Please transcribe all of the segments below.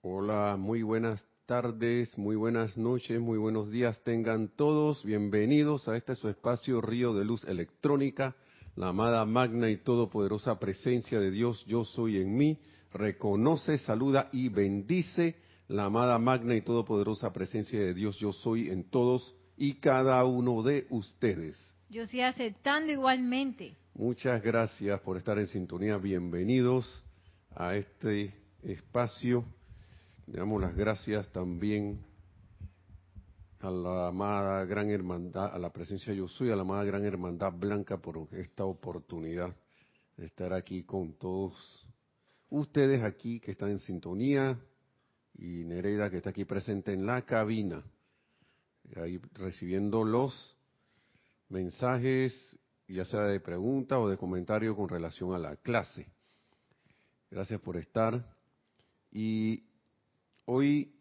Hola, muy buenas tardes, muy buenas noches, muy buenos días tengan todos. Bienvenidos a este su espacio Río de Luz Electrónica, la amada magna y todopoderosa presencia de Dios, yo soy en mí. Reconoce, saluda y bendice la amada magna y todopoderosa presencia de Dios, yo soy en todos y cada uno de ustedes. Yo estoy aceptando igualmente. Muchas gracias por estar en sintonía. Bienvenidos a este espacio. Le damos las gracias también a la amada Gran Hermandad, a la presencia Yo Soy, a la amada Gran Hermandad Blanca por esta oportunidad de estar aquí con todos ustedes aquí que están en sintonía y Nereida que está aquí presente en la cabina, ahí recibiendo los mensajes, ya sea de pregunta o de comentario con relación a la clase. Gracias por estar. Y hoy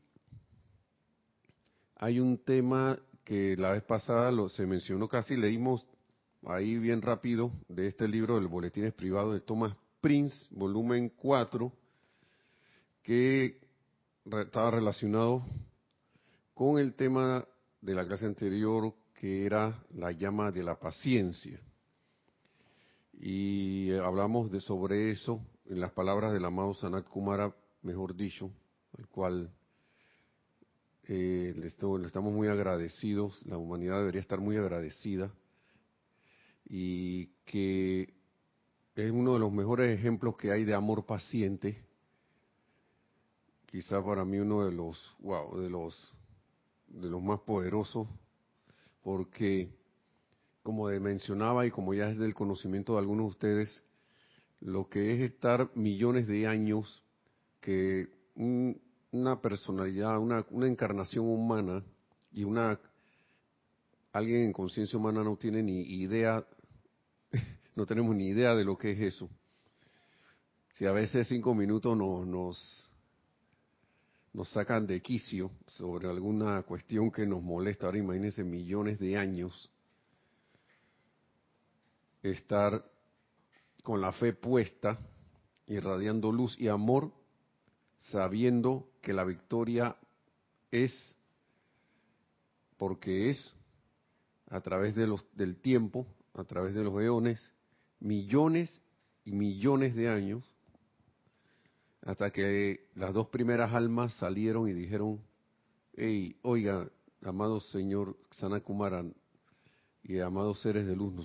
hay un tema que la vez pasada se mencionó casi, leímos ahí bien rápido de este libro del Boletines Privados de Thomas Prince, volumen 4, que estaba relacionado con el tema de la clase anterior, que era la llama de la paciencia. Y hablamos sobre eso en las palabras del amado Sanat Kumara, mejor dicho, al cual le estamos muy agradecidos, la humanidad debería estar muy agradecida, y que es uno de los mejores ejemplos que hay de amor paciente, quizá para mí uno de los, wow, de los más poderosos, porque como mencionaba y como ya es del conocimiento de algunos de ustedes, lo que es estar millones de años, que una personalidad, una encarnación humana y alguien en conciencia humana no tiene ni idea, no tenemos ni idea de lo que es eso. Si a veces 5 minutos nos sacan de quicio sobre alguna cuestión que nos molesta, ahora imagínense millones de años estar con la fe puesta, irradiando luz y amor, sabiendo que la victoria es porque es a través del tiempo, a través de los eones, millones y millones de años, hasta que las dos primeras almas salieron y dijeron: hey, oiga, amado Señor Sanat Kumara y amados seres de luz,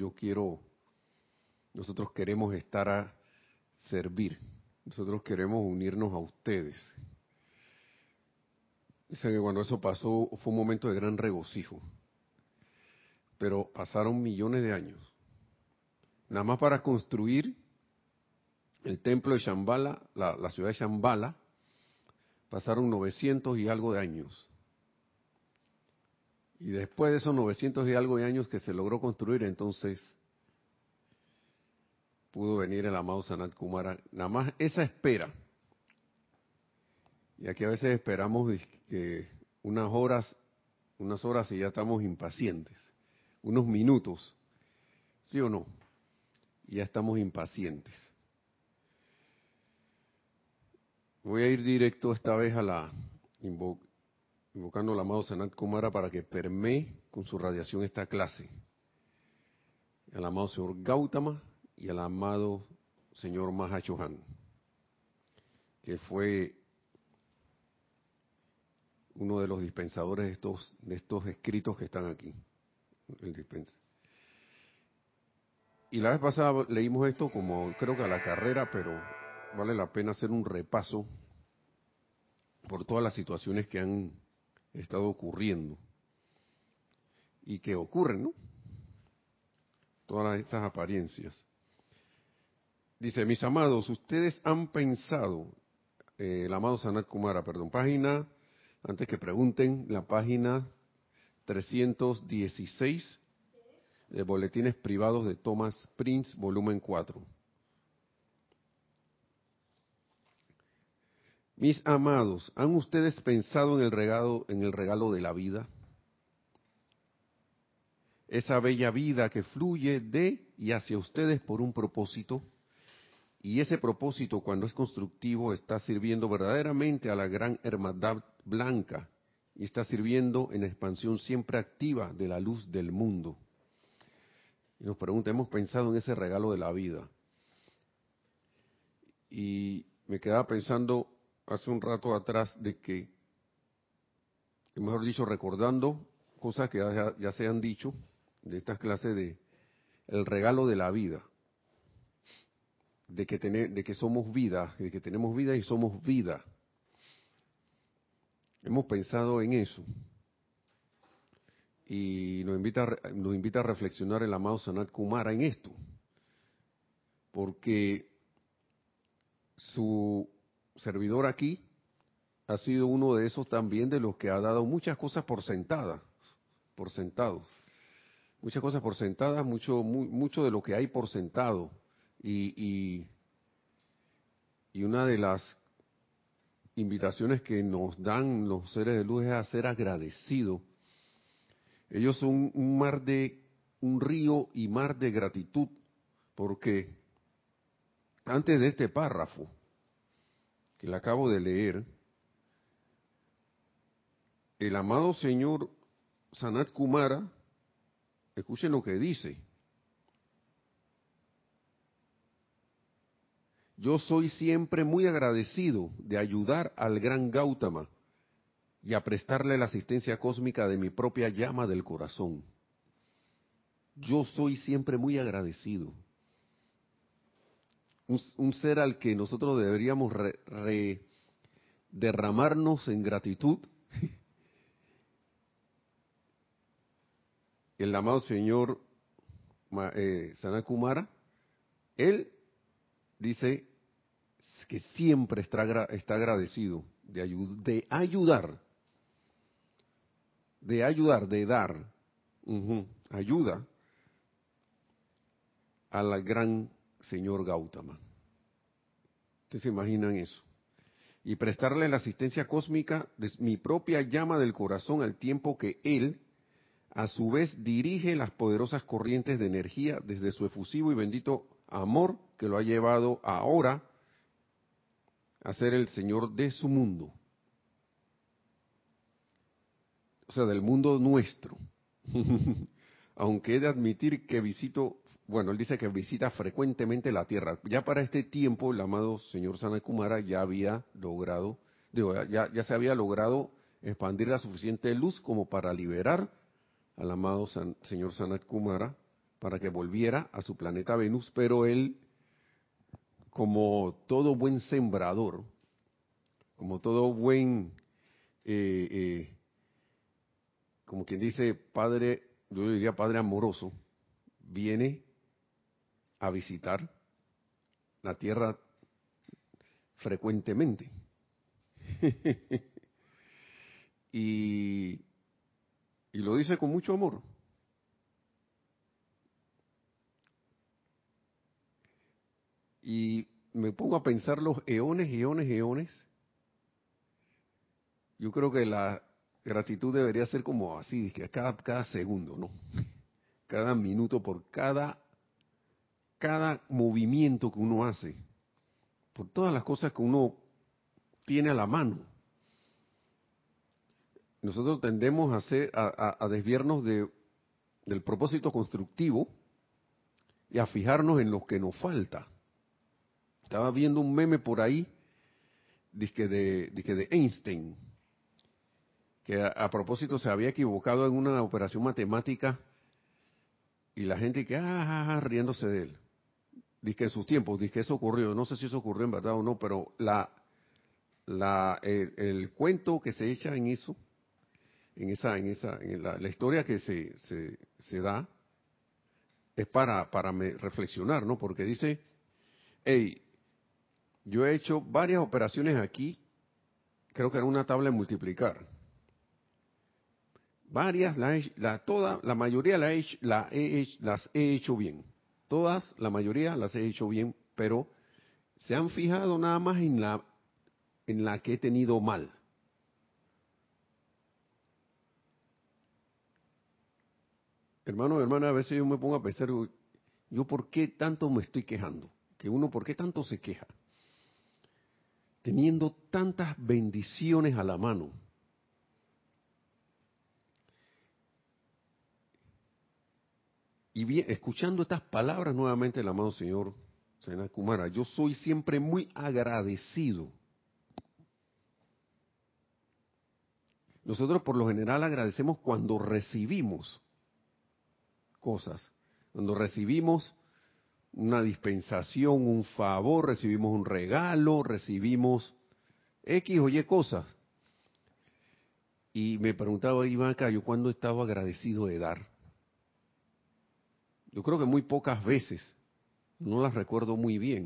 nosotros queremos estar a servir, nosotros queremos unirnos a ustedes. Dicen que cuando eso pasó fue un momento de gran regocijo, pero pasaron millones de años, nada más para construir el templo de Shambhala, la ciudad de Shambhala, pasaron 900 y algo de años. Y después de esos 900 y algo de años que se logró construir, entonces pudo venir el amado Sanat Kumara. Nada más esa espera. Y aquí a veces esperamos unas horas y ya estamos impacientes. Unos minutos, ¿sí o no? Y ya estamos impacientes. Voy a ir directo esta vez a invocando al amado Sanat Kumara para que permee con su radiación esta clase. Al amado señor Gautama y al amado señor Mahachohan, que fue uno de los dispensadores de estos escritos que están aquí. El dispensa. Y la vez pasada leímos esto como creo que a la carrera, pero vale la pena hacer un repaso por todas las situaciones que han estado ocurriendo y que ocurren, ¿no? Todas estas apariencias. Dice: mis amados, ustedes han pensado, el amado Sanat Kumara, perdón, página, antes que pregunten, la página 316 de Boletines Privados de Thomas Prince, volumen 4. Mis amados, ¿han ustedes pensado en el regalo de la vida? Esa bella vida que fluye de y hacia ustedes por un propósito Y ese propósito, cuando es constructivo, está sirviendo verdaderamente a la gran hermandad blanca y está sirviendo en la expansión siempre activa de la luz del mundo. Y nos pregunta, hemos pensado en ese regalo de la vida. Y me quedaba pensando hace un rato atrás de que, mejor dicho, recordando cosas que ya se han dicho de estas clases de el regalo de la vida, de que somos vida, de que tenemos vida y somos vida. Hemos pensado en eso y nos invita a reflexionar el amado Sanat Kumara en esto, porque su servidor aquí ha sido uno de esos también de los que ha dado muchas cosas por sentadas, por sentado, muchas cosas por sentadas, mucho de lo que hay por sentado y una de las invitaciones que nos dan los seres de luz es a ser agradecidos. Ellos son un río y mar de gratitud, porque antes de este párrafo que le acabo de leer, el amado señor Sanat Kumara, escuchen lo que dice: yo soy siempre muy agradecido de ayudar al gran Gautama y a prestarle la asistencia cósmica de mi propia llama del corazón. Yo soy siempre muy agradecido. Un ser al que nosotros deberíamos derramarnos en gratitud. El amado señor Sanat Kumara, él dice que siempre está agradecido de ayudar, de dar ayuda al gran señor Gautama. ¿Ustedes se imaginan eso? Y prestarle la asistencia cósmica de mi propia llama del corazón al tiempo que él, a su vez, dirige las poderosas corrientes de energía desde su efusivo y bendito amor que lo ha llevado ahora a ser el Señor de su mundo. O sea, del mundo nuestro. Aunque he de admitir que él dice que visita frecuentemente la Tierra. Ya para este tiempo, el amado señor Sanat Kumara ya había logrado, ya se había logrado expandir la suficiente luz como para liberar al amado señor Sanat Kumara para que volviera a su planeta Venus, pero él, como todo buen sembrador, como todo buen, como quien dice, padre, yo diría padre amoroso, viene a visitar la Tierra frecuentemente. y lo dice con mucho amor. Y me pongo a pensar los eones, eones, eones. Yo creo que la gratitud debería ser como así, que cada segundo, ¿no? Cada minuto, por cada movimiento que uno hace, por todas las cosas que uno tiene a la mano. Nosotros tendemos a desviarnos del propósito constructivo y a fijarnos en lo que nos falta. Estaba viendo un meme por ahí, dizque de Einstein, que a propósito se había equivocado en una operación matemática y la gente riéndose de él. Dizque en sus tiempos, dizque eso ocurrió. No sé si eso ocurrió en verdad o no, pero el cuento que se echa en eso, en la historia que se da, es para reflexionar, ¿no? Porque dice, hey, yo he hecho varias operaciones aquí, creo que era una tabla de multiplicar. Varias, la mayoría las he hecho bien. Todas, la mayoría las he hecho bien, pero se han fijado nada más en la que he tenido mal. Hermano, hermana, a veces yo me pongo a pensar, ¿yo por qué tanto me estoy quejando? que uno, ¿por qué tanto se queja? Teniendo tantas bendiciones a la mano. Y bien, escuchando estas palabras nuevamente del amado Señor Sanat Kumara, yo soy siempre muy agradecido. Nosotros por lo general agradecemos cuando recibimos cosas, cuando recibimos una dispensación, un favor, recibimos un regalo, recibimos X o Y cosas. Y me preguntaba, Iván, acá, ¿yo cuándo he estado agradecido de dar? Yo creo que muy pocas veces, no las recuerdo muy bien.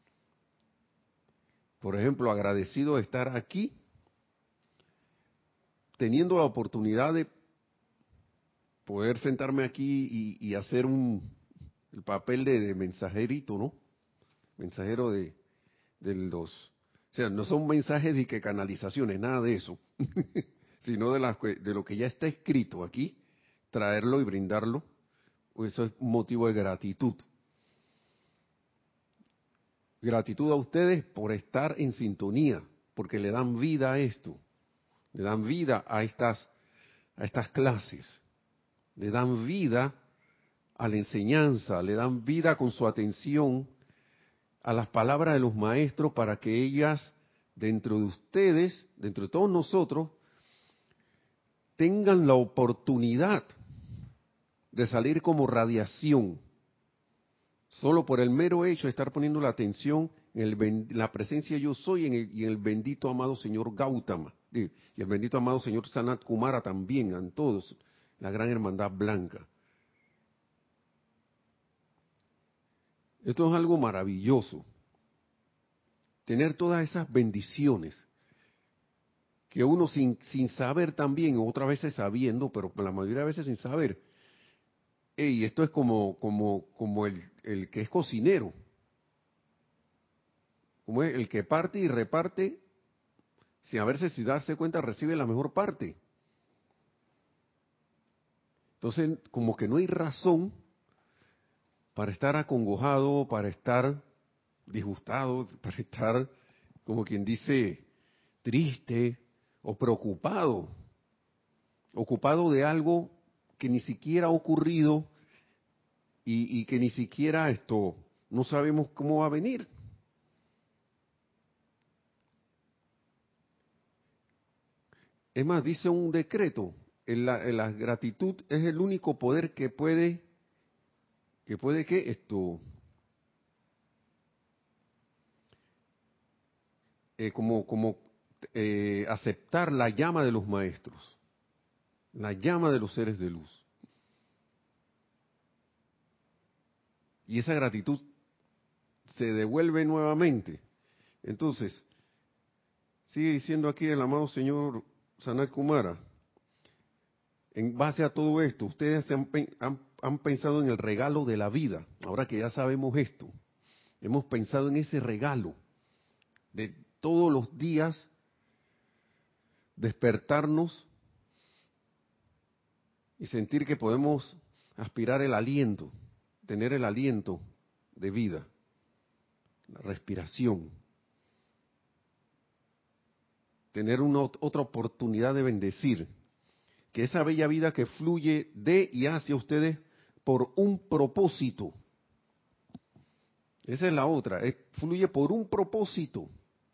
Por ejemplo, agradecido de estar aquí, teniendo la oportunidad de poder sentarme aquí y hacer el papel de mensajerito, ¿no? Mensajero de los... O sea, no son mensajes de que canalizaciones, nada de eso, sino de lo que ya está escrito aquí, traerlo y brindarlo. Eso es un motivo de gratitud. Gratitud a ustedes por estar en sintonía, porque le dan vida a esto, le dan vida a estas clases, le dan vida a la enseñanza, le dan vida con su atención a las palabras de los maestros para que ellas, dentro de ustedes, dentro de todos nosotros, tengan la oportunidad de salir como radiación, solo por el mero hecho de estar poniendo la atención en la presencia yo soy y en el bendito amado Señor Gautama, y el bendito amado Señor Sanat Kumara también, en todos, la gran hermandad blanca. Esto es algo maravilloso, tener todas esas bendiciones que uno sin saber también, otras veces sabiendo, pero la mayoría de veces sin saber. Y esto es como el que es cocinero, como es el que parte y reparte, sin haberse, si darse cuenta, recibe la mejor parte. Entonces, como que no hay razón para estar acongojado, para estar disgustado, para estar, como quien dice, triste o preocupado, ocupado de algo que ni siquiera ha ocurrido y que ni siquiera no sabemos cómo va a venir. Es más, dice un decreto, la gratitud es el único poder que puede aceptar la llama de los maestros, la llama de los seres de luz. Y esa gratitud se devuelve nuevamente. Entonces, sigue diciendo aquí el amado Señor Sanat Kumara, en base a todo esto, ustedes han pensado en el regalo de la vida. Ahora que ya sabemos esto, hemos pensado en ese regalo de todos los días despertarnos y sentir que podemos aspirar el aliento, tener el aliento de vida, la respiración, tener otra oportunidad de bendecir, que esa bella vida que fluye de y hacia ustedes por un propósito. Esa es la otra, fluye por un propósito.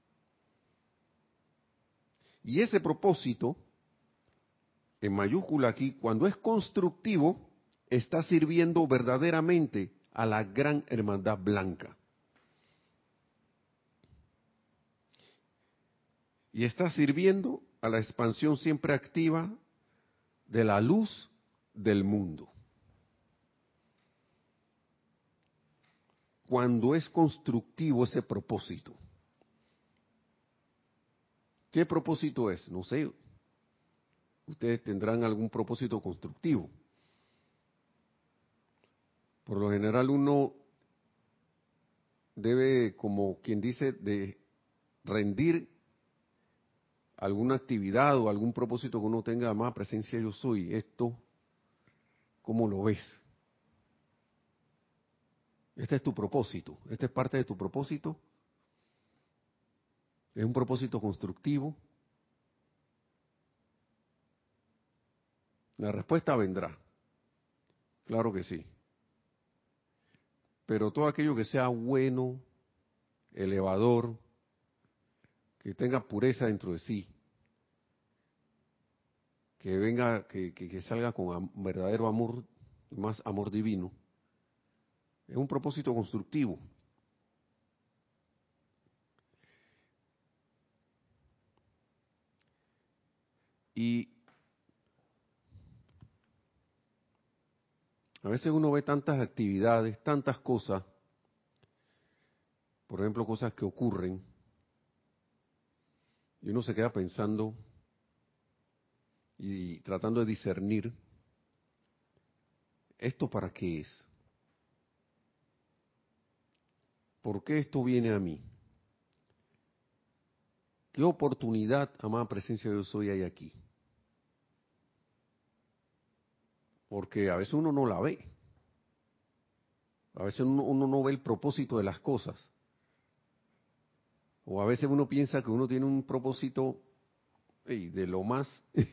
Y ese propósito, en mayúscula aquí, cuando es constructivo, está sirviendo verdaderamente a la gran hermandad blanca. Y está sirviendo a la expansión siempre activa de la luz del mundo. Cuando es constructivo ese propósito. ¿Qué propósito es? No sé. Ustedes tendrán algún propósito constructivo. Por lo general uno debe, como quien dice, de rendir alguna actividad o algún propósito que uno tenga más presencia yo soy. Esto, ¿cómo lo ves? Este es tu propósito, este es parte de tu propósito, es un propósito constructivo. La respuesta vendrá, claro que sí. Pero todo aquello que sea bueno, elevador, que tenga pureza dentro de sí, que venga, que salga con verdadero amor, más amor divino, es un propósito constructivo. Y a veces uno ve tantas actividades, tantas cosas, por ejemplo, cosas que ocurren, y uno se queda pensando y tratando de discernir, ¿esto para qué es? ¿Por qué esto viene a mí? ¿Qué oportunidad, amada presencia de Dios, hoy hay aquí? Porque a veces uno no la ve. A veces uno no ve el propósito de las cosas. O a veces uno piensa que uno tiene un propósito de lo más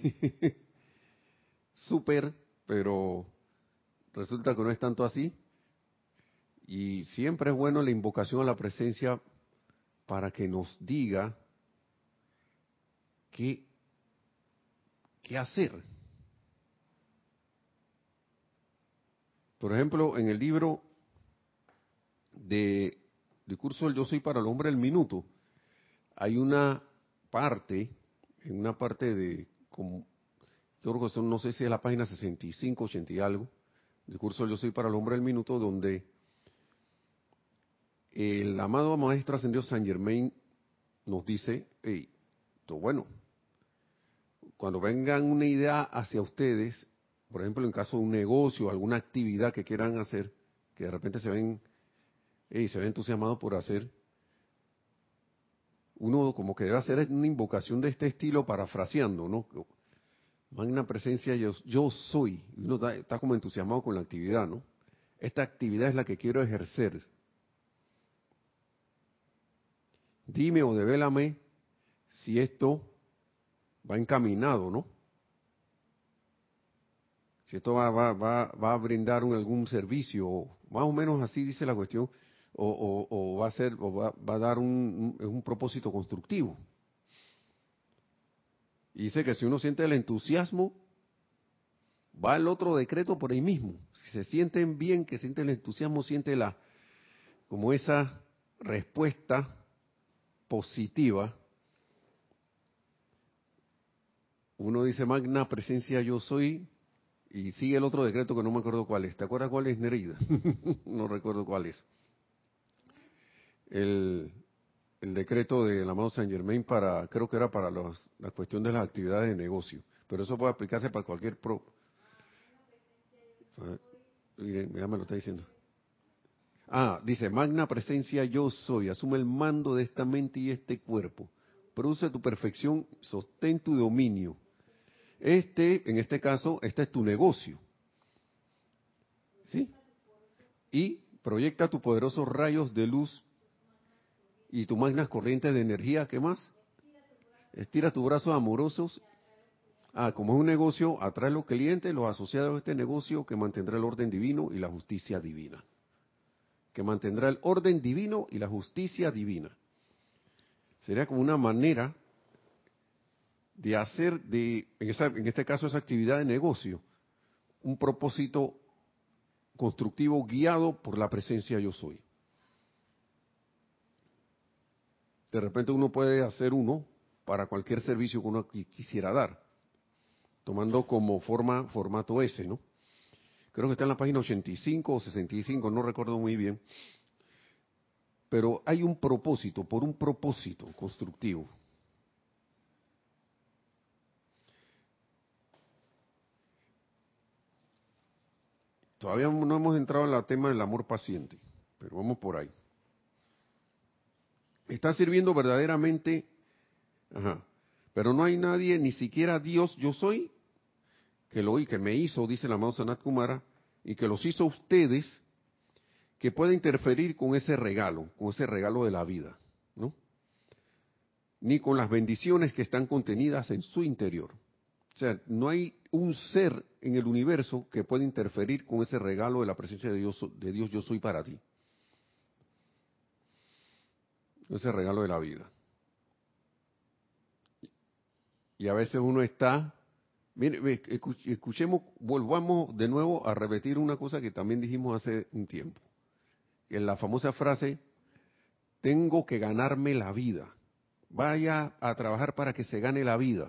súper, pero resulta que no es tanto así. Y siempre es bueno la invocación a la presencia para que nos diga qué hacer. Por ejemplo, en el libro de Discurso del Yo Soy para el Hombre del Minuto, hay una parte, en una parte de, como, yo creo que son, no sé si es la página 65, 80 y algo, Discurso del Yo Soy para el Hombre del Minuto, donde el amado Maestro Ascendido Saint Germain nos dice, hey, bueno, cuando vengan una idea hacia ustedes, por ejemplo, en caso de un negocio, alguna actividad que quieran hacer, que de repente se ven entusiasmados por hacer, uno como que debe hacer una invocación de este estilo parafraseando, ¿no? Magna presencia, yo soy. Y uno está como entusiasmado con la actividad, ¿no? Esta actividad es la que quiero ejercer. Dime o devélame si esto va encaminado, ¿no? Si esto va a brindar algún servicio, más o menos así dice la cuestión, o va a ser, o va a dar un propósito constructivo. Y dice que si uno siente el entusiasmo, va el otro decreto por ahí mismo. Si se sienten bien, que sienten el entusiasmo, siente como esa respuesta positiva. Uno dice, magna presencia yo soy, y sigue el otro decreto que no me acuerdo cuál es. ¿Te acuerdas cuál es, Nereida? No recuerdo cuál es. El decreto del amado Saint Germain creo que era para la cuestión de las actividades de negocio. Pero eso puede aplicarse para cualquier ya me lo está diciendo. Dice, magna presencia yo soy, asume el mando de esta mente y este cuerpo. Produce tu perfección, sostén tu dominio. En este caso, este es tu negocio. ¿Sí? Y proyecta tus poderosos rayos de luz y tus magnas corrientes de energía, ¿qué más? Estira tus brazos amorosos. Como es un negocio, atrae los clientes, los asociados a este negocio, que mantendrá el orden divino y la justicia divina. Que mantendrá el orden divino y la justicia divina. Sería como una manera de hacer en este caso, esa actividad de negocio, un propósito constructivo guiado por la presencia yo soy. De repente uno puede hacer uno para cualquier servicio que uno quisiera dar, tomando como formato ese, ¿no? Creo que está en la página 85 o 65, no recuerdo muy bien. Pero hay un propósito, por un propósito constructivo. Todavía no hemos entrado en el tema del amor paciente, pero vamos por ahí. Está sirviendo verdaderamente, pero no hay nadie, ni siquiera Dios, yo soy, que me hizo, dice el amado Sanat Kumara, y que los hizo ustedes, que pueda interferir con ese regalo de la vida, ¿no? Ni con las bendiciones que están contenidas en su interior. O sea, no hay un ser en el universo que pueda interferir con ese regalo de la presencia de Dios yo soy para ti. Ese regalo de la vida. Y a veces uno está, mire, escuchemos, volvamos de nuevo a repetir una cosa que también dijimos hace un tiempo. En la famosa frase, tengo que ganarme la vida. Vaya a trabajar para que se gane la vida.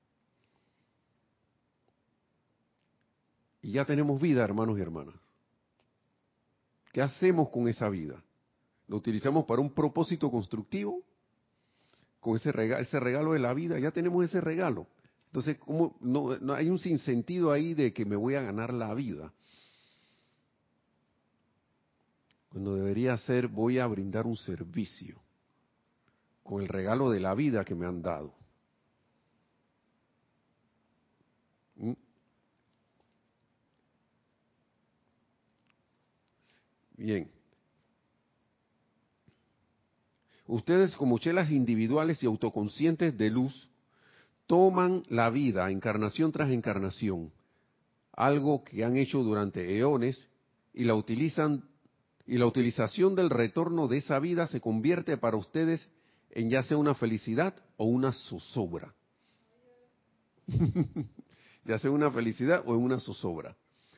Y ya tenemos vida, hermanos y hermanas. ¿Qué hacemos con esa vida? ¿Lo utilizamos para un propósito constructivo? Con ese regalo de la vida, ya tenemos ese regalo. Entonces, ¿cómo? No hay un sinsentido ahí de que me voy a ganar la vida. Cuando debería ser, voy a brindar un servicio con el regalo de la vida que me han dado. ¿Mm? Bien. Ustedes como chelas individuales y autoconscientes de luz, toman la vida encarnación tras encarnación, algo que han hecho durante eones, y la utilizan, y la utilización del retorno de esa vida se convierte para ustedes en ya sea una felicidad o una zozobra. Ya sea una felicidad o en una zozobra.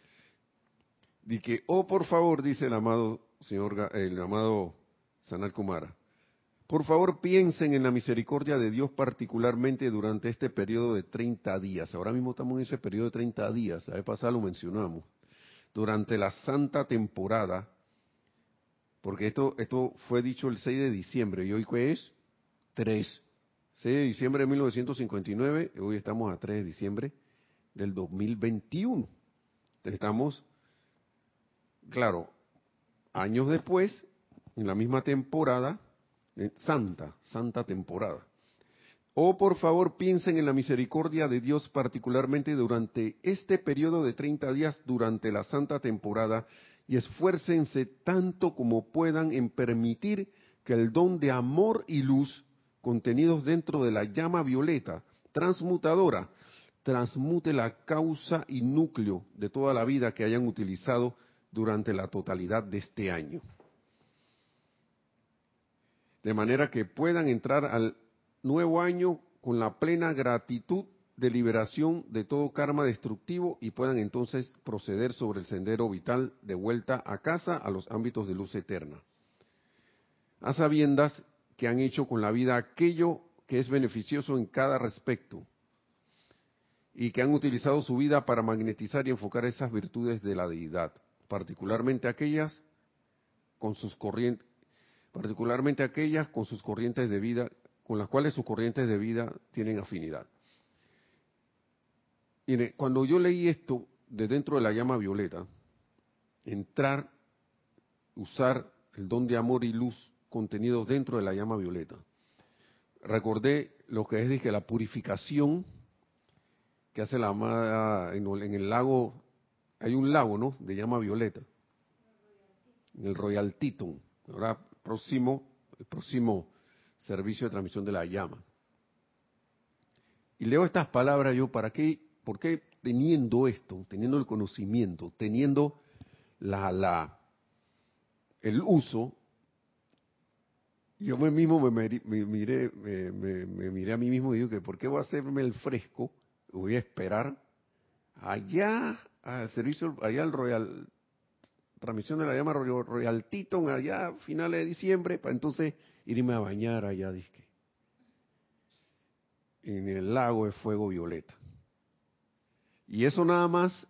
Y que, oh por favor, dice el amado el amado Sanat Kumara, por favor piensen en la misericordia de Dios particularmente durante este periodo de 30 días. Ahora mismo estamos en ese periodo de 30 días, la vez pasada lo mencionamos. Durante la santa temporada, porque esto fue dicho el 6 de diciembre, ¿y hoy qué es? 6 de diciembre de 1959, hoy estamos a 3 de diciembre del 2021. Estamos, claro, años después, en la misma temporada, santa temporada. Oh, por favor, piensen en la misericordia de Dios particularmente durante este periodo de 30 días durante la santa temporada y esfuércense tanto como puedan en permitir que el don de amor y luz contenidos dentro de la llama violeta transmutadora transmute la causa y núcleo de toda la vida que hayan utilizado durante la totalidad de este año. De manera que puedan entrar al nuevo año con la plena gratitud de liberación de todo karma destructivo y puedan entonces proceder sobre el sendero vital de vuelta a casa a los ámbitos de luz eterna. A sabiendas que han hecho con la vida aquello que es beneficioso en cada respecto y que han utilizado su vida para magnetizar y enfocar esas virtudes de la deidad, particularmente aquellas con sus corrientes de vida, con las cuales sus corrientes de vida tienen afinidad. Mire, cuando yo leí esto de dentro de la llama violeta, usar el don de amor y luz contenido dentro de la llama violeta, recordé lo que es, dije, la purificación que hace la amada en el lago, hay un lago, ¿no?, de llama violeta, en el Royal Teton. Ahora el próximo servicio de transmisión de la llama. Y leo estas palabras yo, ¿por qué teniendo esto, teniendo el conocimiento, teniendo el uso, yo mismo me miré a mí mismo y digo que ¿por qué voy a hacerme el fresco? Voy a esperar allá al servicio, allá al Royal, transmisión de la llama Royal Teton, allá a finales de diciembre, para entonces irme a bañar allá, dizque, en el lago de fuego violeta. Y eso nada más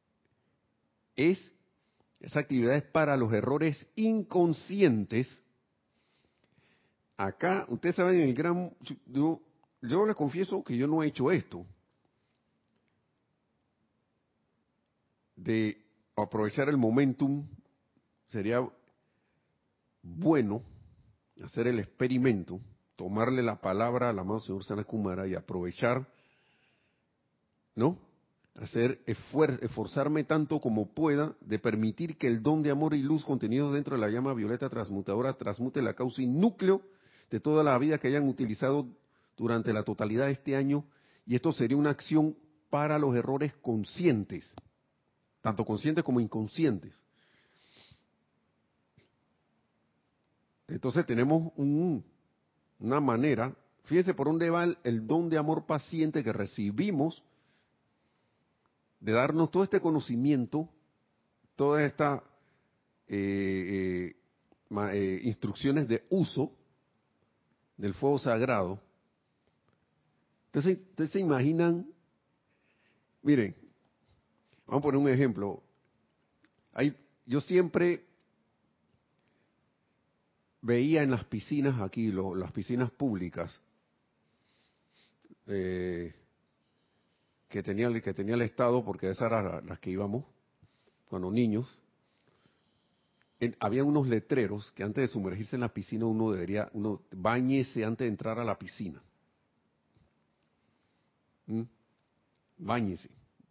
esa actividad es para los errores inconscientes. Acá, ustedes saben, yo les confieso que yo no he hecho esto, de aprovechar el momentum. Sería bueno hacer el experimento, tomarle la palabra al amado señor Sanat Kumara y aprovechar, ¿no?, esforzarme tanto como pueda de permitir que el don de amor y luz contenido dentro de la llama violeta transmutadora transmute la causa y núcleo de toda la vida que hayan utilizado durante la totalidad de este año, y esto sería una acción para los errores conscientes, tanto conscientes como inconscientes. Entonces tenemos una manera, fíjense por dónde va el don de amor paciente que recibimos, de darnos todo este conocimiento, todas estas instrucciones de uso del fuego sagrado. Entonces, ustedes se imaginan, miren, vamos a poner un ejemplo. Yo siempre veía en las piscinas aquí, las piscinas públicas, que tenía el Estado, porque esas eran las que íbamos cuando niños. Había unos letreros que antes de sumergirse en la piscina uno báñese antes de entrar a la piscina. Báñese.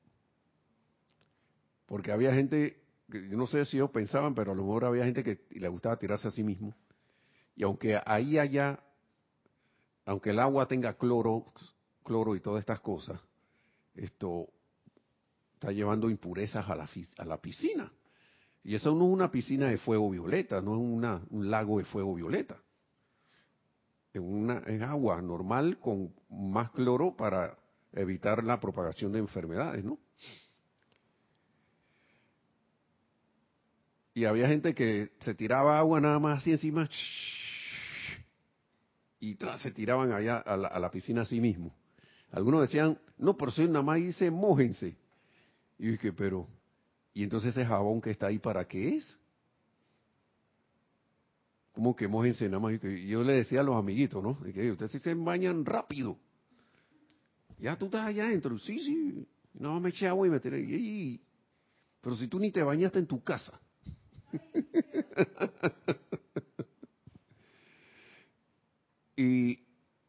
Porque había gente, yo no sé si ellos pensaban, pero a lo mejor había gente que le gustaba tirarse a sí mismo. Y aunque aunque el agua tenga cloro y todas estas cosas, esto está llevando impurezas a la piscina. Y eso no es una piscina de fuego violeta, no es un lago de fuego violeta. Es agua normal con más cloro para evitar la propagación de enfermedades, ¿no? Y había gente que se tiraba agua nada más así encima y se tiraban allá a la piscina así mismo. Algunos decían, no, pero si nada más dice mójense. Y dije, ¿y entonces ese jabón que está ahí para qué es? ¿Cómo que mójense nada más? Y yo le decía a los amiguitos, ¿no? Y que ustedes sí se bañan rápido. Ya tú estás allá adentro. Sí, sí. No, me eché agua y me tiré. Pero si tú ni te bañaste en tu casa. Y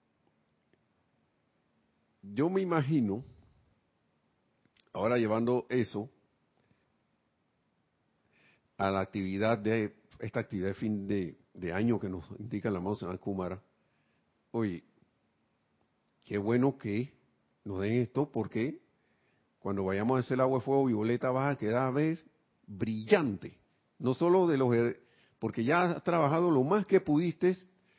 yo me imagino, ahora llevando eso a la esta actividad de fin de año que nos indica la amado Sanat Kumara. Oye, qué bueno que nos den esto, porque cuando vayamos a hacer el agua de fuego violeta vas a quedar a ver brillante. No solo porque ya has trabajado lo más que pudiste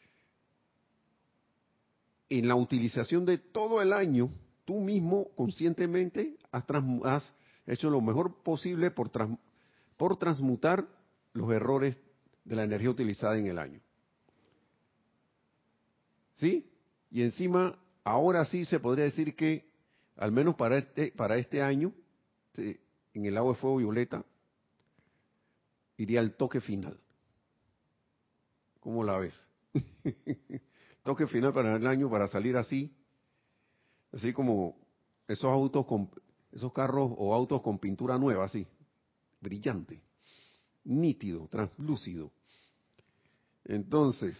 en la utilización de todo el año. Tú mismo conscientemente has hecho lo mejor posible por transmutar los errores de la energía utilizada en el año. ¿Sí? Y encima, ahora sí se podría decir que, al menos para este año, en el agua de fuego violeta, iría el toque final. ¿Cómo la ves? Toque final para el año, para salir así como esos carros o autos con pintura nueva, así, brillante, nítido, translúcido. Entonces,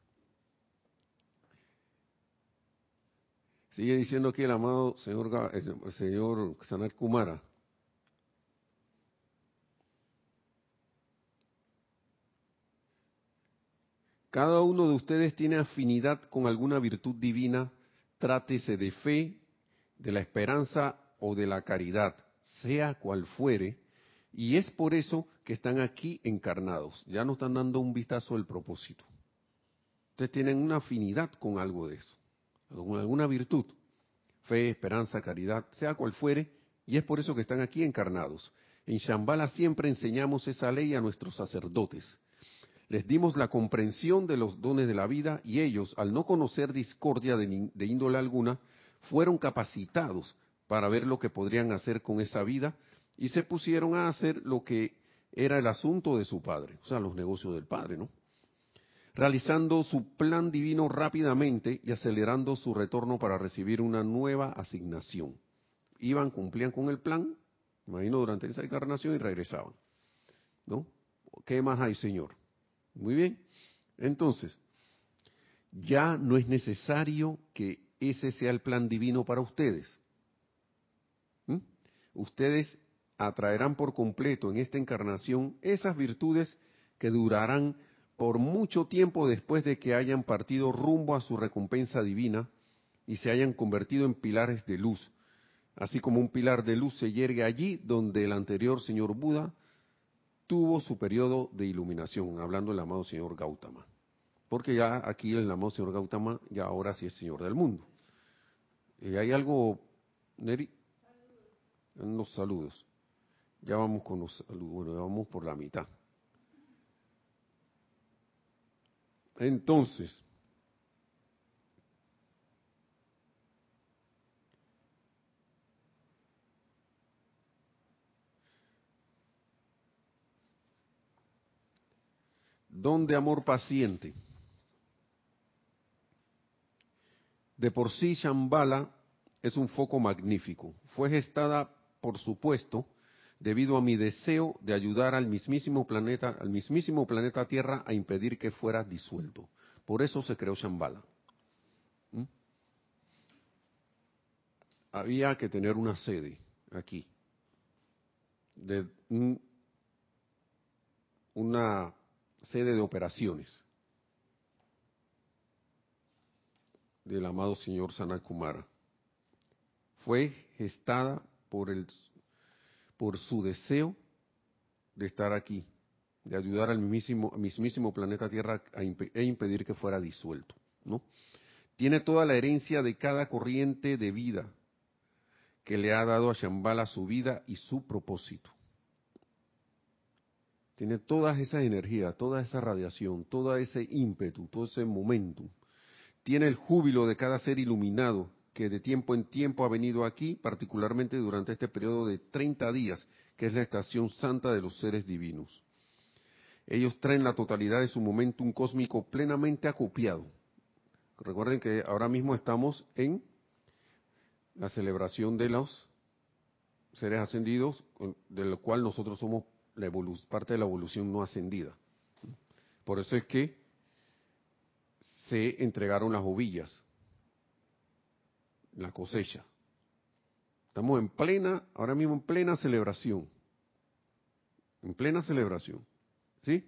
sigue diciendo aquí el amado el señor Sanat Kumara. Cada uno de ustedes tiene afinidad con alguna virtud divina, trátese de fe, de la esperanza o de la caridad, sea cual fuere, y es por eso que están aquí encarnados. Ya nos están dando un vistazo del propósito. Ustedes tienen una afinidad con algo de eso, con alguna virtud, fe, esperanza, caridad, sea cual fuere, y es por eso que están aquí encarnados. En Shambhala siempre enseñamos esa ley a nuestros sacerdotes. Les dimos la comprensión de los dones de la vida y ellos, al no conocer discordia de índole alguna, fueron capacitados para ver lo que podrían hacer con esa vida y se pusieron a hacer lo que era el asunto de su padre, o sea, los negocios del padre, ¿no? Realizando su plan divino rápidamente y acelerando su retorno para recibir una nueva asignación. Cumplían con el plan, imagino, durante esa encarnación y regresaban, ¿no? ¿Qué más hay, Señor? Muy bien. Entonces, ya no es necesario que ese sea el plan divino para ustedes. ustedes atraerán por completo en esta encarnación esas virtudes que durarán por mucho tiempo después de que hayan partido rumbo a su recompensa divina y se hayan convertido en pilares de luz, así como un pilar de luz se yergue allí donde el anterior señor Buda tuvo su periodo de iluminación, hablando del amado señor Gautama. Porque ya aquí el amado señor Gautama ya ahora sí es señor del mundo. ¿Hay algo, Neri? En los saludos. Ya vamos con los saludos, bueno, ya vamos por la mitad. Entonces, don de amor paciente. De por sí Shambhala es un foco magnífico. Fue gestada, por supuesto, debido a mi deseo de ayudar al mismísimo planeta Tierra a impedir que fuera disuelto. Por eso se creó Shambhala. ¿Mm? Había que tener una sede aquí, de una sede de operaciones del amado señor Sanat Kumara. Fue gestada por su deseo de estar aquí, de ayudar al mismísimo planeta Tierra e impedir que fuera disuelto, ¿no? Tiene toda la herencia de cada corriente de vida que le ha dado a Shambhala su vida y su propósito. Tiene todas esas energías, toda esa radiación, todo ese ímpetu, todo ese momentum. Tiene el júbilo de cada ser iluminado que de tiempo en tiempo ha venido aquí, particularmente durante este periodo de 30 días, que es la estación santa de los seres divinos. Ellos traen la totalidad de su momentum cósmico plenamente acopiado. Recuerden que ahora mismo estamos en la celebración de los seres ascendidos, de lo cual nosotros somos parte de la evolución no ascendida. Por eso es que se entregaron las ovillas, la cosecha. Estamos ahora mismo en plena celebración. En plena celebración. ¿Sí?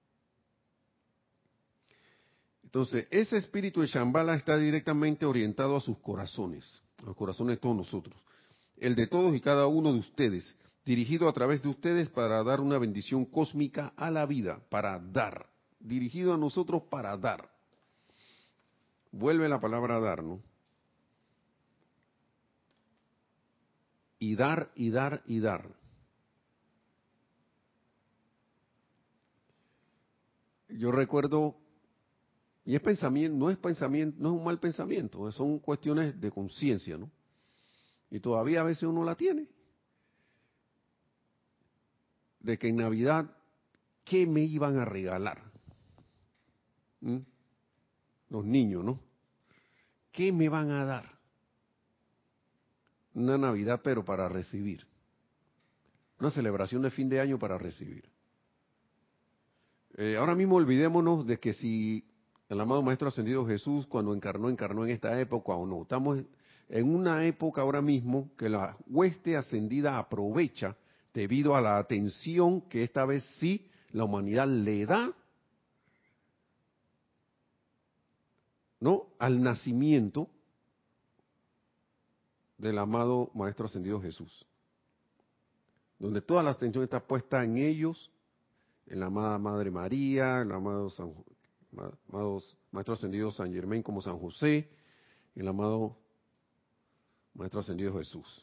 Entonces, ese espíritu de Shambhala está directamente orientado a sus corazones, a los corazones de todos nosotros. El de todos y cada uno de ustedes, dirigido a través de ustedes para dar una bendición cósmica a la vida, para dar. Dirigido a nosotros para dar. Vuelve la palabra dar, ¿no? Y dar, y dar, y dar. Yo recuerdo, y es pensamiento, no es un mal pensamiento, son cuestiones de conciencia, ¿no? Y todavía a veces uno la tiene. De que en Navidad, ¿qué me iban a regalar? ¿Mm? Los niños, ¿no? ¿Qué me van a dar? Una Navidad, pero para recibir. Una celebración de fin de año para recibir. Ahora mismo olvidémonos de que si el amado Maestro Ascendido Jesús, cuando encarnó en esta época o no. Estamos en una época ahora mismo que la hueste ascendida aprovecha debido a la atención que esta vez sí la humanidad le da, ¿no?, al nacimiento del amado Maestro Ascendido Jesús, donde toda la atención está puesta en ellos, en la amada Madre María, el amado Maestro Ascendido San Germain como San José, el amado Maestro Ascendido Jesús.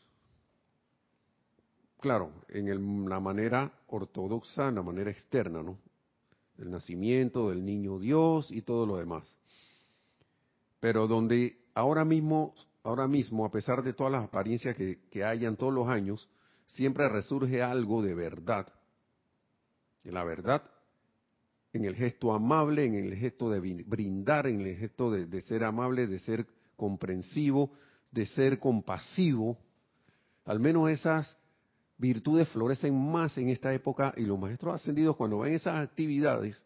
Claro, en la manera ortodoxa, en la manera externa, ¿no? El nacimiento del niño Dios y todo lo demás. Pero donde ahora mismo, a pesar de todas las apariencias que hayan todos los años, siempre resurge algo de verdad. De la verdad en el gesto amable, en el gesto de brindar, en el gesto de ser amable, de ser comprensivo, de ser compasivo. Al menos esas virtudes florecen más en esta época y los maestros ascendidos cuando ven esas actividades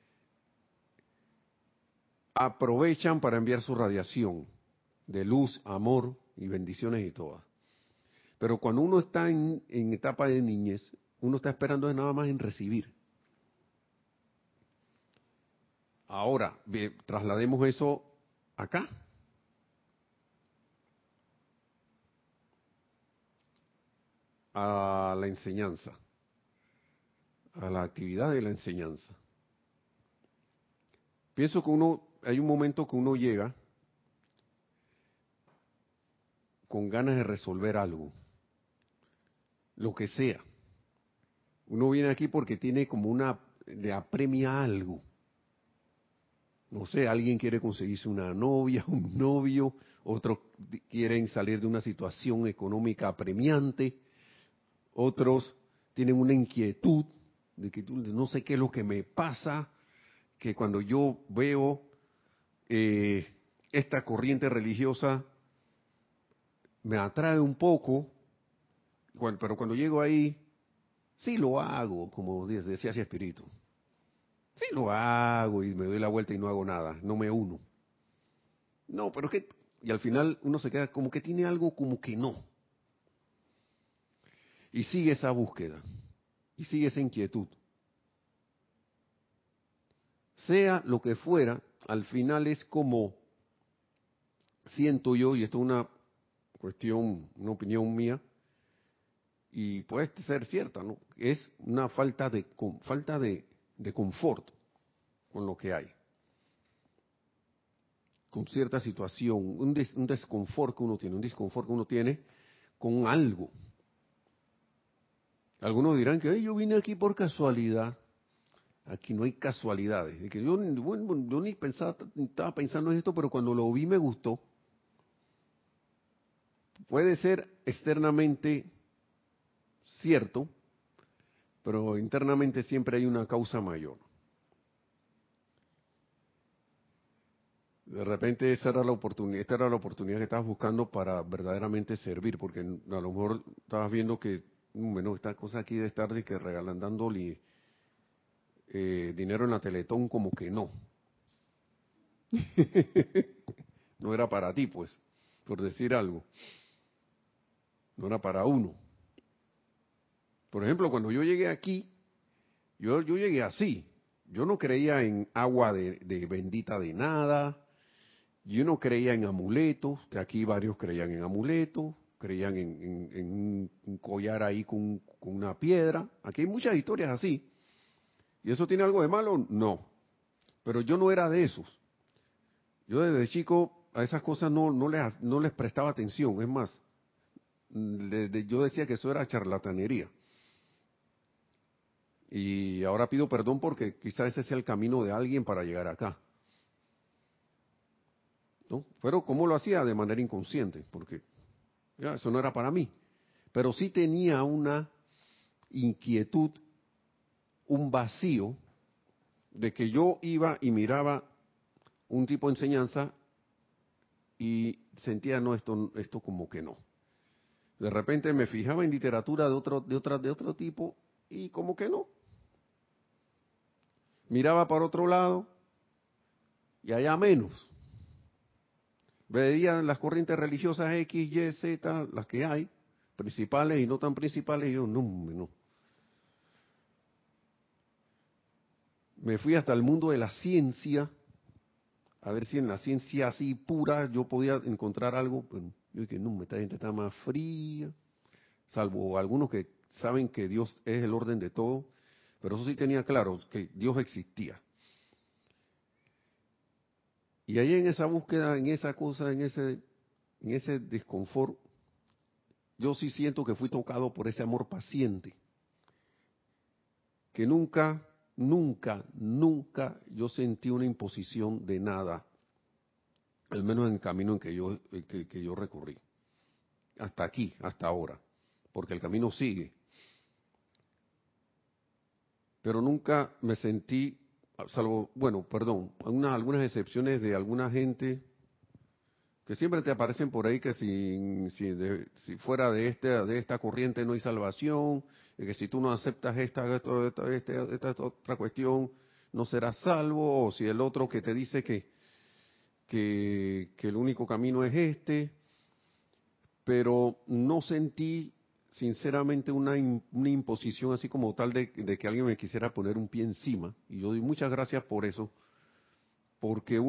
aprovechan para enviar su radiación de luz, amor y bendiciones y todas. Pero cuando uno está en etapa de niñez, uno está esperando nada más en recibir. Ahora, traslademos eso acá. A la enseñanza, a la actividad de la enseñanza. Pienso que hay un momento que uno llega con ganas de resolver algo, lo que sea. Uno viene aquí porque tiene como le apremia algo. No sé, alguien quiere conseguirse una novia, un novio, otros quieren salir de una situación económica apremiante, otros tienen una inquietud de que no sé qué es lo que me pasa, que cuando yo veo esta corriente religiosa me atrae un poco, pero cuando llego ahí, sí lo hago, como decía ese espíritu. Sí lo hago y me doy la vuelta y no hago nada, no me uno. No, pero es que, y al final uno se queda como que tiene algo como que no. Y sigue esa búsqueda, y sigue esa inquietud. Sea lo que fuera, al final es como, siento yo, y esto es una cuestión, una opinión mía, y puede ser cierta, ¿no? Es una falta de confort con lo que hay, con cierta situación, un desconfort que uno tiene, un disconfort que uno tiene con algo. Algunos dirán que yo vine aquí por casualidad. Aquí no hay casualidades. Es que yo ni estaba pensando en esto, pero cuando lo vi me gustó. Puede ser externamente cierto, pero internamente siempre hay una causa mayor. De repente esa era la oportunidad, esta era la oportunidad que estabas buscando para verdaderamente servir, porque a lo mejor estabas viendo que, bueno, esta cosa aquí de estar de que dándole dinero en la Teletón como que no. No era para ti, pues, por decir algo. No era para uno. Por ejemplo, cuando yo llegué aquí, yo llegué así. Yo no creía en agua de bendita de nada. Yo no creía en amuletos, que aquí varios creían en amuletos, creían en un collar ahí con una piedra. Aquí hay muchas historias así. ¿Y eso tiene algo de malo? No. Pero yo no era de esos. Yo desde chico a esas cosas no les prestaba atención. Es más, yo decía que eso era charlatanería. Y ahora pido perdón porque quizás ese sea el camino de alguien para llegar acá. ¿No? Pero ¿cómo lo hacía? De manera inconsciente, porque ya, eso no era para mí. Pero sí tenía una inquietud, un vacío, de que yo iba y miraba un tipo de enseñanza y sentía, no, esto como que no. De repente me fijaba en literatura de otro tipo y como que no. Miraba para otro lado y allá menos. Veía las corrientes religiosas X, Y, Z, las que hay, principales y no tan principales, y yo, no. Me fui hasta el mundo de la ciencia, a ver si en la ciencia así pura yo podía encontrar algo, pero yo dije, no, esta gente está más fría, salvo algunos que saben que Dios es el orden de todo, pero eso sí tenía claro, que Dios existía. Y ahí en esa búsqueda, en esa cosa, en ese desconfort, yo sí siento que fui tocado por ese amor paciente, que nunca yo sentí una imposición de nada, al menos en el camino en que yo recorrí, hasta aquí, hasta ahora, porque el camino sigue. Pero nunca me sentí, salvo, bueno, perdón, algunas excepciones de alguna gente que siempre te aparecen por ahí que si fuera de esta corriente no hay salvación, y que si tú no aceptas esta otra cuestión no serás salvo, o si el otro que te dice que el único camino es este, pero no sentí sinceramente una imposición así como tal de que alguien me quisiera poner un pie encima. Y yo doy muchas gracias por eso, porque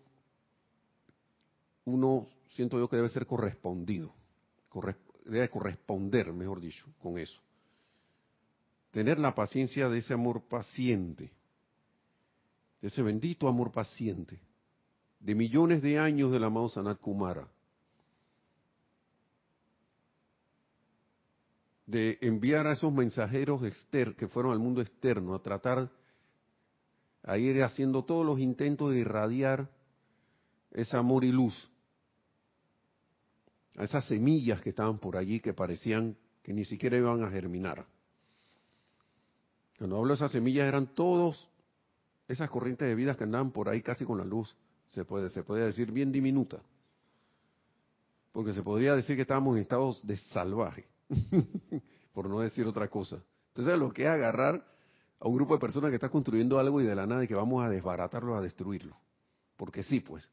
uno siento yo que debe ser correspondido, debe corresponder, mejor dicho, con eso. Tener la paciencia de ese amor paciente, de ese bendito amor paciente, de millones de años del amado Sanat Kumara, de enviar a esos mensajeros que fueron al mundo externo a tratar, a ir haciendo todos los intentos de irradiar ese amor y luz a esas semillas que estaban por allí que parecían que ni siquiera iban a germinar. Cuando hablo de esas semillas eran todos esas corrientes de vida que andaban por ahí casi con la luz, se puede decir bien diminuta, porque se podría decir que estábamos en estados de salvaje, por no decir otra cosa. Entonces lo que es agarrar a un grupo de personas que está construyendo algo y de la nada y que vamos a desbaratarlo, a destruirlo, porque sí, pues.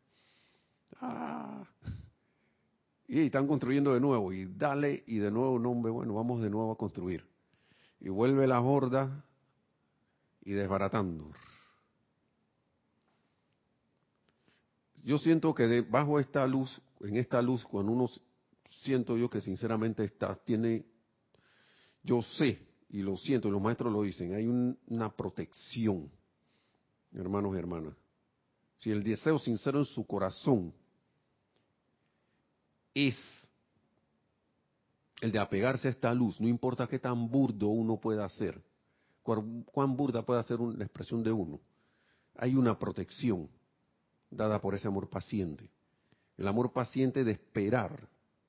Y están construyendo de nuevo, y dale, y de nuevo, no, hombre, bueno, vamos de nuevo a construir. Y vuelve la horda y desbaratando. Yo siento que bajo esta luz, en esta luz, cuando uno siento yo que sinceramente yo sé, y lo siento, y los maestros lo dicen, hay una protección, hermanos y hermanas. Si el deseo sincero en su corazón es el de apegarse a esta luz, no importa qué tan burdo uno pueda ser, cuán burda pueda ser la expresión de uno, hay una protección dada por ese amor paciente. El amor paciente de esperar.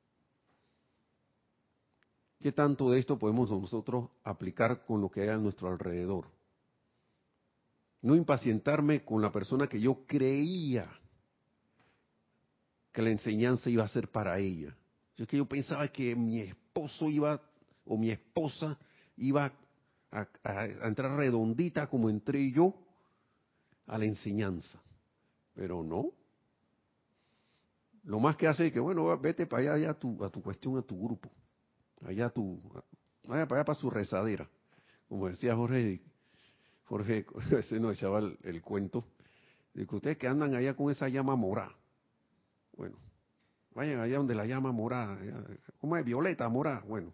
¿Qué tanto de esto podemos nosotros aplicar con lo que hay a nuestro alrededor? No impacientarme con la persona que yo creía que la enseñanza iba a ser para ella. Es que yo pensaba que mi esposo iba, o mi esposa iba a entrar redondita como entré yo a la enseñanza. Pero no. Lo más que hace es que, bueno, vete para allá, a tu cuestión, a tu grupo. Vaya para allá para su rezadera. Como decía Jorge, ese nos echaba el cuento, de que ustedes que andan allá con esa llama morada. Bueno, vayan allá donde la llama morada, ¿cómo es? Violeta, morada, bueno.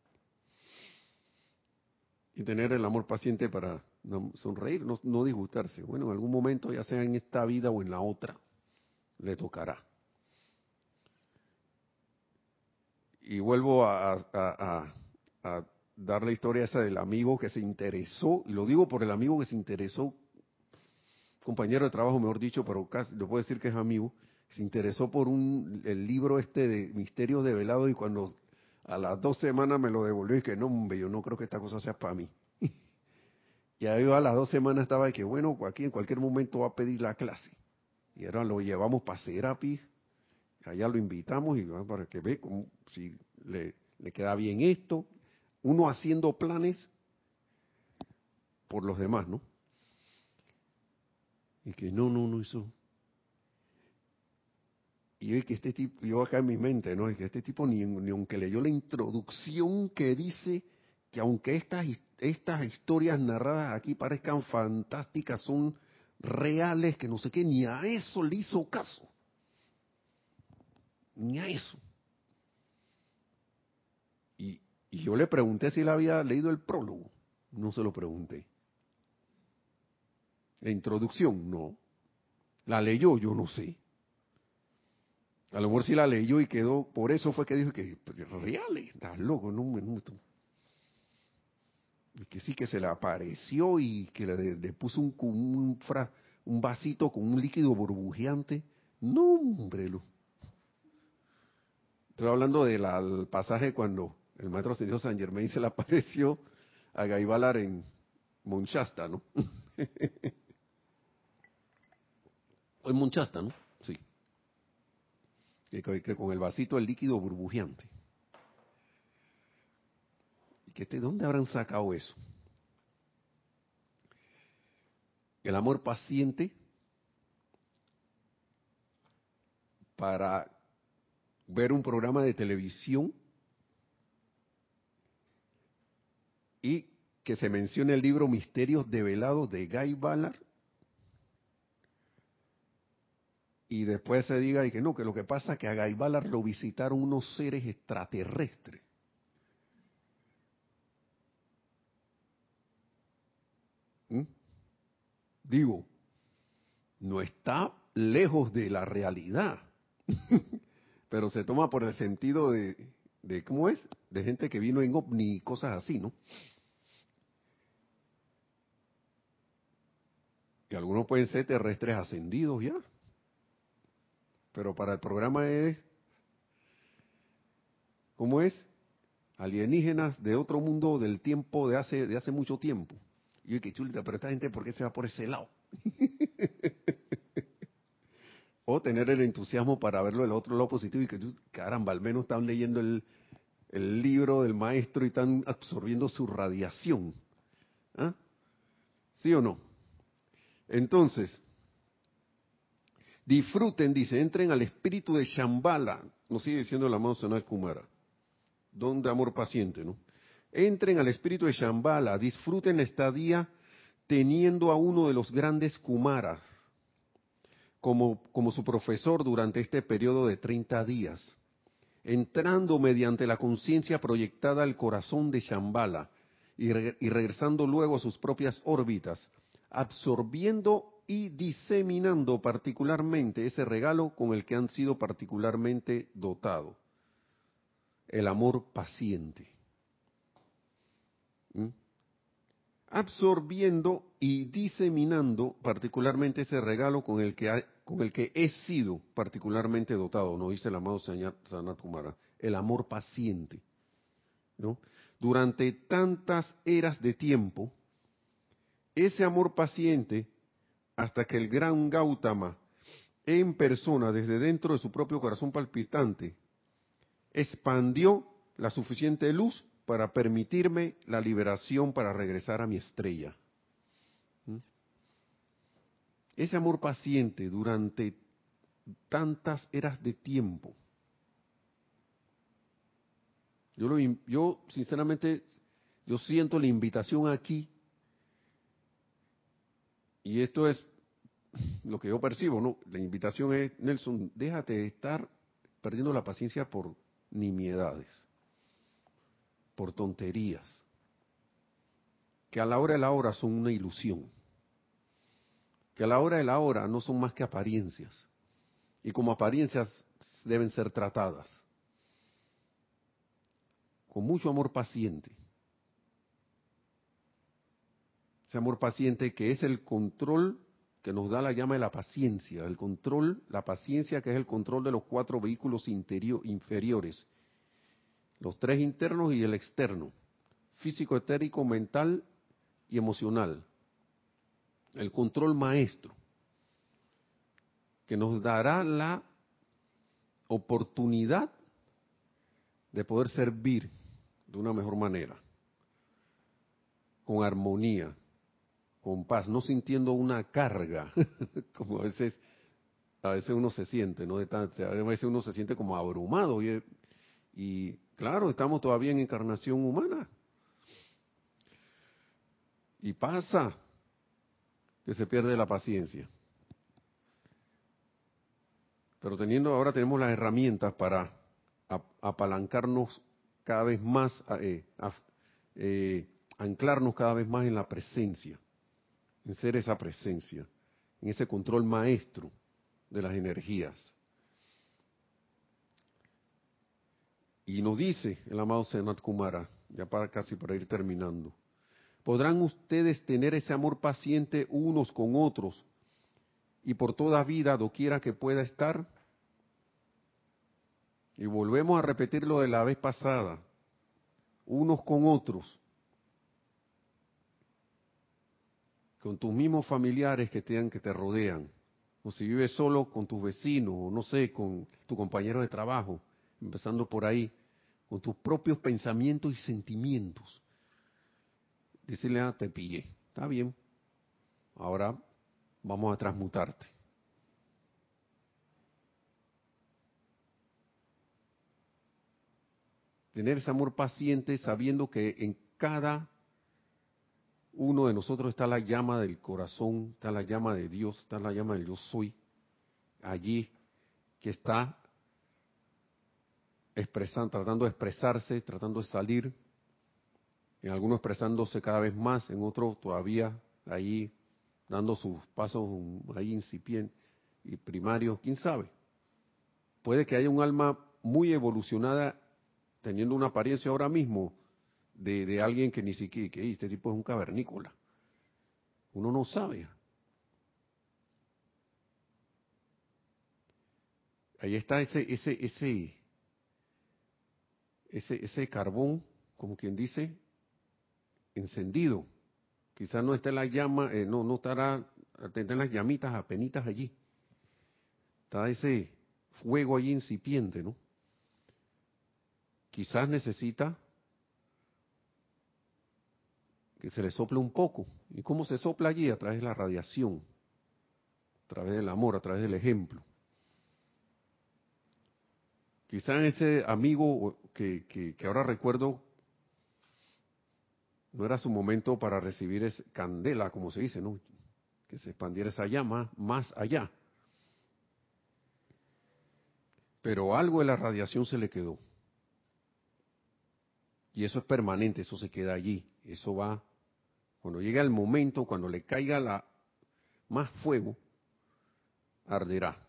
Y tener el amor paciente para sonreír, no disgustarse. Bueno, en algún momento, ya sea en esta vida o en la otra, le tocará. Y vuelvo a dar la historia esa del amigo que se interesó, y lo digo por el amigo que se interesó, compañero de trabajo, mejor dicho, pero casi lo puedo decir que es amigo, se interesó por el libro este de Misterios Develados, y cuando a las 2 semanas me lo devolvió y que no, hombre, yo no creo que esta cosa sea para mí. Y ahí a las 2 semanas estaba de que, bueno, aquí en cualquier momento va a pedir la clase. Y ahora lo llevamos para Serapis, allá lo invitamos y para que ve si le queda bien esto. Uno haciendo planes por los demás, ¿no? Y que no, eso. Y yo, que este tipo, yo acá en mi mente, ¿no? Y que este tipo ni aunque leyó la introducción que dice que aunque estas historias narradas aquí parezcan fantásticas, son reales, que no sé qué, ni a eso le hizo caso. Ni a eso. Y yo le pregunté si él había leído el prólogo. No se lo pregunté. La introducción, no. La leyó, yo no sé. A lo mejor sí la leyó y quedó, por eso fue que dijo que, pues, reales, estás loco, no, y que sí que se le apareció y que le puso un vasito con un líquido burbujeante. No, hombre, estoy hablando del pasaje cuando el maestro ascendido San Germain se le apareció a Gaibalar en Monchasta, ¿no? En Monchasta, ¿no? Sí. Que con el vasito el líquido burbujeante. ¿Y que de dónde habrán sacado eso? El amor paciente para ver un programa de televisión y que se mencione el libro Misterios Develados de Guy Ballard, y después se diga y que no, que lo que pasa es que a Guy Ballard lo visitaron unos seres extraterrestres. ¿Mm? Digo, no está lejos de la realidad, pero se toma por el sentido de ¿cómo es? De gente que vino en ovni y cosas así, ¿no? Y algunos pueden ser terrestres ascendidos ya, pero para el programa es, ¿cómo es? Alienígenas de otro mundo del tiempo de hace mucho tiempo. Y yo, qué chulita, pero esta gente, ¿por qué se va por ese lado? O tener el entusiasmo para verlo del otro lado positivo y que, caramba, al menos están leyendo el libro del maestro y están absorbiendo su radiación. ¿Ah? ¿Sí o no? Entonces, disfruten, dice, entren al espíritu de Shambhala, nos sigue diciendo el amado Sanat Kumara, don de amor paciente, ¿no? Entren al espíritu de Shambhala, disfruten la estadía teniendo a uno de los grandes Kumaras como su profesor durante este periodo de 30 días, entrando mediante la conciencia proyectada al corazón de Shambhala y regresando luego a sus propias órbitas, absorbiendo y diseminando particularmente ese regalo con el que han sido particularmente dotados, el amor paciente. ¿Mm? Absorbiendo y diseminando particularmente ese regalo con el que he sido particularmente dotado, nos dice el amado Sanat Kumara, el amor paciente, ¿no? Durante tantas eras de tiempo, ese amor paciente, hasta que el gran Gautama, en persona, desde dentro de su propio corazón palpitante, expandió la suficiente luz para permitirme la liberación para regresar a mi estrella. ¿Mm? Ese amor paciente durante tantas eras de tiempo. Yo sinceramente, yo siento la invitación aquí, y esto es lo que yo percibo, ¿no? La invitación es, Nelson, déjate de estar perdiendo la paciencia por nimiedades, por tonterías, que a la hora de la hora son una ilusión, que a la hora de la hora no son más que apariencias, y como apariencias deben ser tratadas con mucho amor paciente. Ese amor paciente que es el control que nos da la llama de la paciencia, el control, la paciencia que es el control de los 4 vehículos inferiores, los 3 internos y el externo, físico, etérico, mental y emocional. El control maestro que nos dará la oportunidad de poder servir de una mejor manera, con armonía, con paz, no sintiendo una carga, como a veces uno se siente, ¿no? A veces uno se siente como abrumado y claro, estamos todavía en encarnación humana. Y pasa que se pierde la paciencia. Pero ahora tenemos las herramientas para apalancarnos cada vez más, anclarnos cada vez más en la presencia, en ser esa presencia, en ese control maestro de las energías. Y nos dice el amado Sanat Kumara, ya casi para ir terminando, ¿podrán ustedes tener ese amor paciente unos con otros y por toda vida, doquiera que pueda estar? Y volvemos a repetir lo de la vez pasada, unos con otros, con tus mismos familiares que te rodean, o si vives solo con tus vecinos, o no sé, con tu compañero de trabajo, empezando por ahí, con tus propios pensamientos y sentimientos. Decirle, te pillé, está bien, ahora vamos a transmutarte. tener ese amor paciente sabiendo que en cada uno de nosotros está la llama del corazón, está la llama de Dios, está la llama del yo soy, allí que está expresando, tratando de expresarse, tratando de salir, en algunos expresándose cada vez más, en otros todavía ahí dando sus pasos ahí incipientes y primarios, quién sabe. Puede que haya un alma muy evolucionada teniendo una apariencia ahora mismo de alguien que ni siquiera, que este tipo es un cavernícola. Uno no sabe. Ahí está ese carbón, como quien dice, encendido. Quizás no esté la llama, no estará, tendrán las llamitas apenitas allí. Está ese fuego allí incipiente, ¿no? Quizás necesita que se le sople un poco. ¿Y cómo se sopla allí? A través de la radiación, a través del amor, a través del ejemplo. Quizás ese amigo que ahora recuerdo, no era su momento para recibir esa candela, como se dice, ¿no? Que se expandiera esa llama más allá. Pero algo de la radiación se le quedó. Y eso es permanente, eso se queda allí. Eso va, cuando llegue el momento, cuando le caiga más fuego, arderá.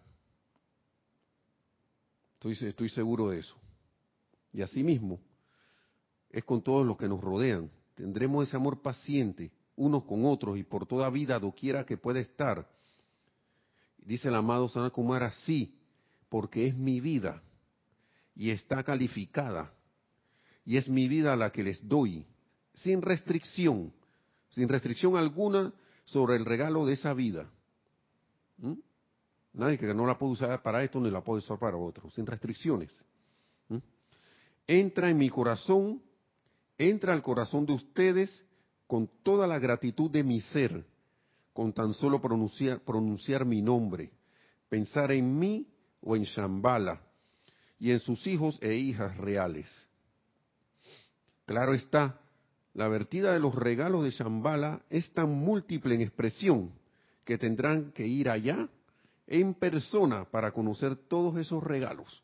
Estoy seguro de eso. Y asimismo, es con todos los que nos rodean. Tendremos ese amor paciente, unos con otros y por toda vida, doquiera que pueda estar. Dice el amado Sanat Kumara, sí, porque es mi vida y está calificada. Y es mi vida la que les doy, sin restricción alguna sobre el regalo de esa vida. ¿Mm? Nadie que no la puede usar para esto ni la puede usar para otro, sin restricciones. ¿Mm? Entra en mi corazón, entra al corazón de ustedes con toda la gratitud de mi ser, con tan solo pronunciar mi nombre, pensar en mí o en Shambhala y en sus hijos e hijas reales. Claro está, la vertida de los regalos de Shambhala es tan múltiple en expresión que tendrán que ir allá en persona para conocer todos esos regalos.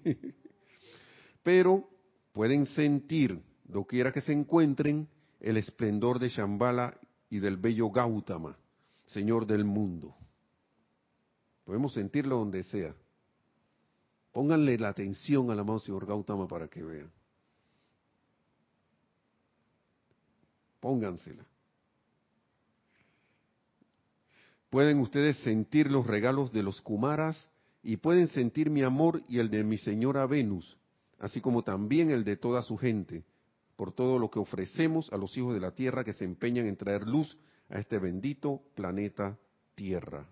Pero pueden sentir, doquiera que se encuentren, el esplendor de Shambhala y del bello Gautama, Señor del mundo. Podemos sentirlo donde sea. Pónganle la atención al amado Señor Gautama para que vean. Póngansela. Pueden ustedes sentir los regalos de los Kumaras y pueden sentir mi amor y el de mi señora Venus, así como también el de toda su gente, por todo lo que ofrecemos a los hijos de la Tierra que se empeñan en traer luz a este bendito planeta Tierra.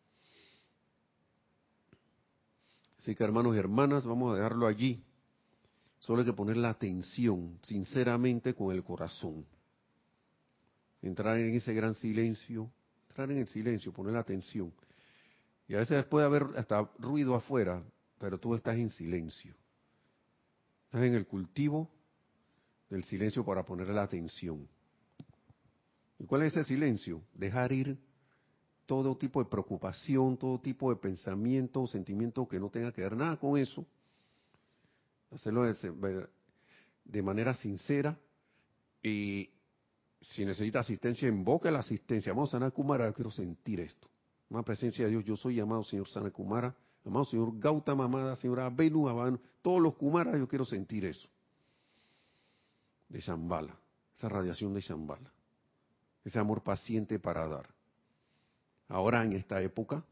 Así que hermanos y hermanas, vamos a dejarlo allí. Solo hay que poner la atención, sinceramente, con el corazón. Entrar en ese gran silencio, entrar en el silencio, poner la atención. Y a veces puede haber hasta ruido afuera, pero tú estás en silencio. Estás en el cultivo del silencio para ponerle la atención. ¿Y cuál es ese silencio? Dejar ir todo tipo de preocupación, todo tipo de pensamiento o sentimiento que no tenga que ver nada con eso. Hacerlo de manera sincera y si necesita asistencia, invoque la asistencia. Amado Sanat Kumara, yo quiero sentir esto. Una presencia de Dios, yo soy amado Señor Sanat Kumara, amado Señor Gautama, amada Señora Venu, todos los Kumaras, yo quiero sentir eso. De Shambhala, esa radiación de Shambhala, ese amor paciente para dar. Ahora en esta época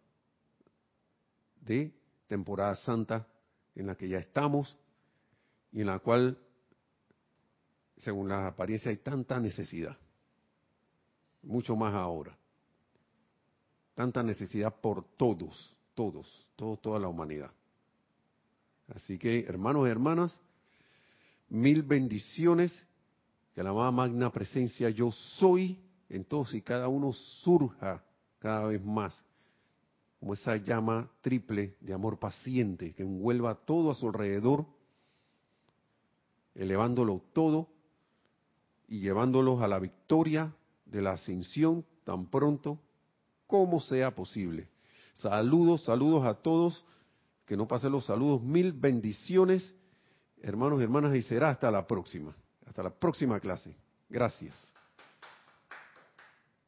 de temporada santa en la que ya estamos y en la cual, según las apariencias, hay tanta necesidad, mucho más ahora, tanta necesidad por toda la humanidad. Así que, hermanos y hermanas, mil bendiciones, que la amada magna presencia yo soy en todos y cada uno surja cada vez más como esa llama triple de amor paciente que envuelva todo a su alrededor elevándolo todo y llevándolos a la victoria de la ascensión tan pronto como sea posible. Saludos, saludos a todos, que no pasen los saludos, mil bendiciones, hermanos y hermanas, y será hasta la próxima clase. Gracias.